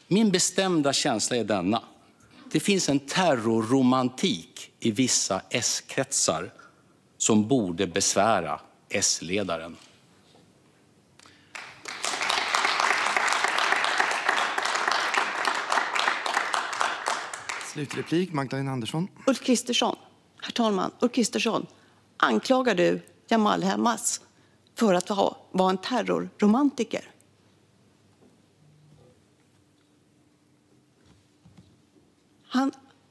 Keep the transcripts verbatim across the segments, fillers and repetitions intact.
Min bestämda känsla är denna. Det finns en terrorromantik i vissa S-kretsar som borde besvära S-ledaren. Slutreplik, Magdalena Andersson. Ulf Kristersson, herr talman, Ulf Kristersson, anklagar du Jamal Hamas för att vara en terrorromantiker? Han,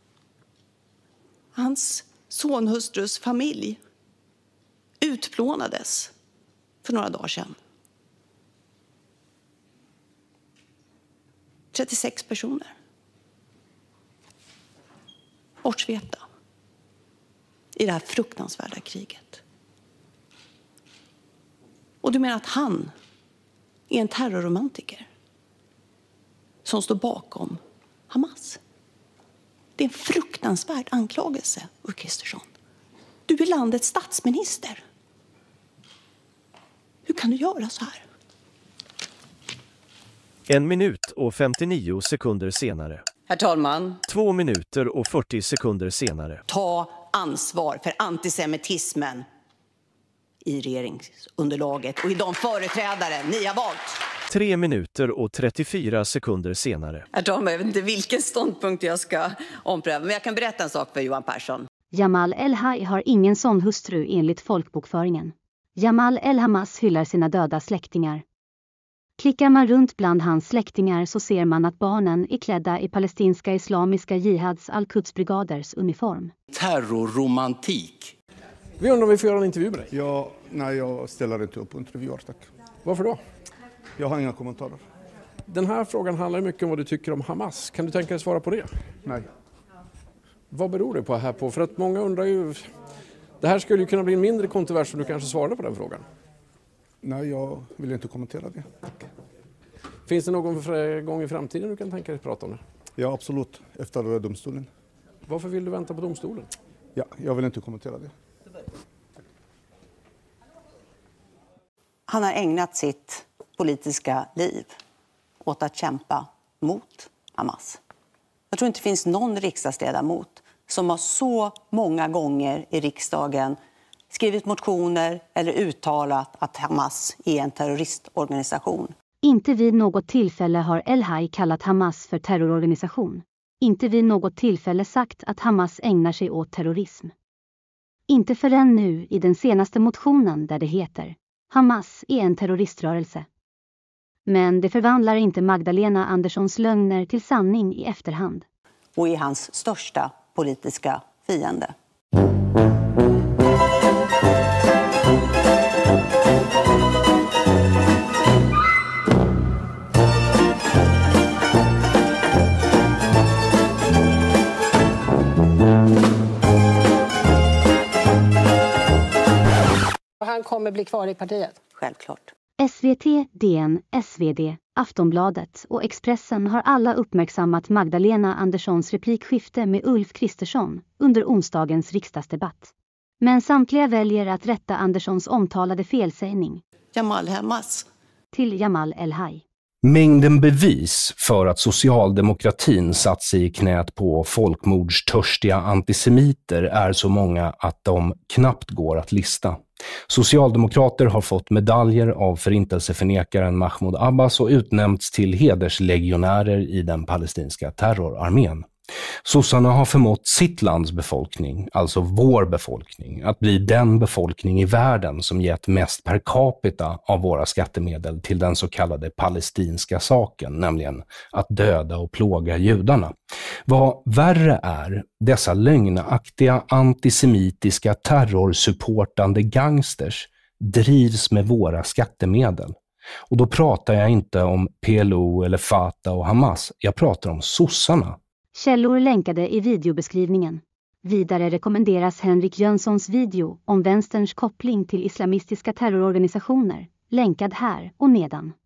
hans sonhustrus familj utplånades för några dagar sedan. trettiosex personer. Bortsvepta i det här fruktansvärda kriget. Och du menar att han är en terrorromantiker som står bakom Hamas? Det är en fruktansvärd anklagelse, Ulf Kristersson. Du är landets statsminister. Hur kan du göra så här? En minut och femtionio sekunder senare. Herr talman. Två minuter och fyrtio sekunder senare. Ta ansvar för antisemitismen i regeringsunderlaget och i de företrädare ni har valt. Tre minuter och trettiofyra sekunder senare. Herr talman, jag vet inte vilken ståndpunkt jag ska ompröva, men jag kan berätta en sak för Johan Persson. Jamal El-Haj har ingen sån hustru enligt folkbokföringen. Jamal El-Hamas hyllar sina döda släktingar. Klickar man runt bland hans släktingar så ser man att barnen är klädda i palestinska islamiska jihads al-Quds-brigaders uniform. Terrorromantik. Vi undrar om vi får göra en intervju med dig. Ja, nej, jag ställer inte upp på intervjuer, tack. Varför då? Jag har inga kommentarer. Den här frågan handlar mycket om vad du tycker om Hamas. Kan du tänka dig svara på det? Nej. Vad beror det på här på? För att många undrar ju... Det här skulle ju kunna bli en mindre kontrovers om du kanske svarade på den frågan. Nej, jag vill inte kommentera det. Tack. Finns det någon gång i framtiden du kan tänka dig prata om det? Ja, absolut. Efter domstolen. Varför vill du vänta på domstolen? Ja, jag vill inte kommentera det. Han har ägnat sitt politiska liv åt att kämpa mot Hamas. Jag tror inte det finns någon riksdagsledamot som har så många gånger i riksdagen skrivit motioner eller uttalat att Hamas är en terroristorganisation. Inte vid något tillfälle har El-Haj kallat Hamas för terrororganisation. Inte vid något tillfälle sagt att Hamas ägnar sig åt terrorism. Inte förrän nu i den senaste motionen där det heter Hamas är en terroriströrelse. Men det förvandlar inte Magdalena Anderssons lögner till sanning i efterhand. Och är hans största politiska fiende. Han kommer bli kvar i partiet? Självklart. S V T, D N, S V D, Aftonbladet och Expressen har alla uppmärksammat Magdalena Anderssons replikskifte med Ulf Kristersson under onsdagens riksdagsdebatt. Men samtliga väljer att rätta Anderssons omtalade felsägning. Jamal Hamas. Till Jamal El-Haj. Mängden bevis för att socialdemokratin satt sig i knät på folkmordstörstiga antisemiter är så många att de knappt går att lista. Socialdemokrater har fått medaljer av förintelseförnekaren Mahmoud Abbas och utnämnts till hederslegionärer i den palestinska terrorarmén. Sossarna har förmått sitt lands befolkning, alltså vår befolkning, att bli den befolkning i världen som gett mest per capita av våra skattemedel till den så kallade palestinska saken, nämligen att döda och plåga judarna. Vad värre är, dessa lögnaktiga antisemitiska terrorsupportande gangsters drivs med våra skattemedel. Och då pratar jag inte om P L O eller Fatah och Hamas, jag pratar om sossarna. Källor länkade i videobeskrivningen. Vidare rekommenderas Henrik Jönssons video om vänsterns koppling till islamistiska terrororganisationer, länkad här och nedan.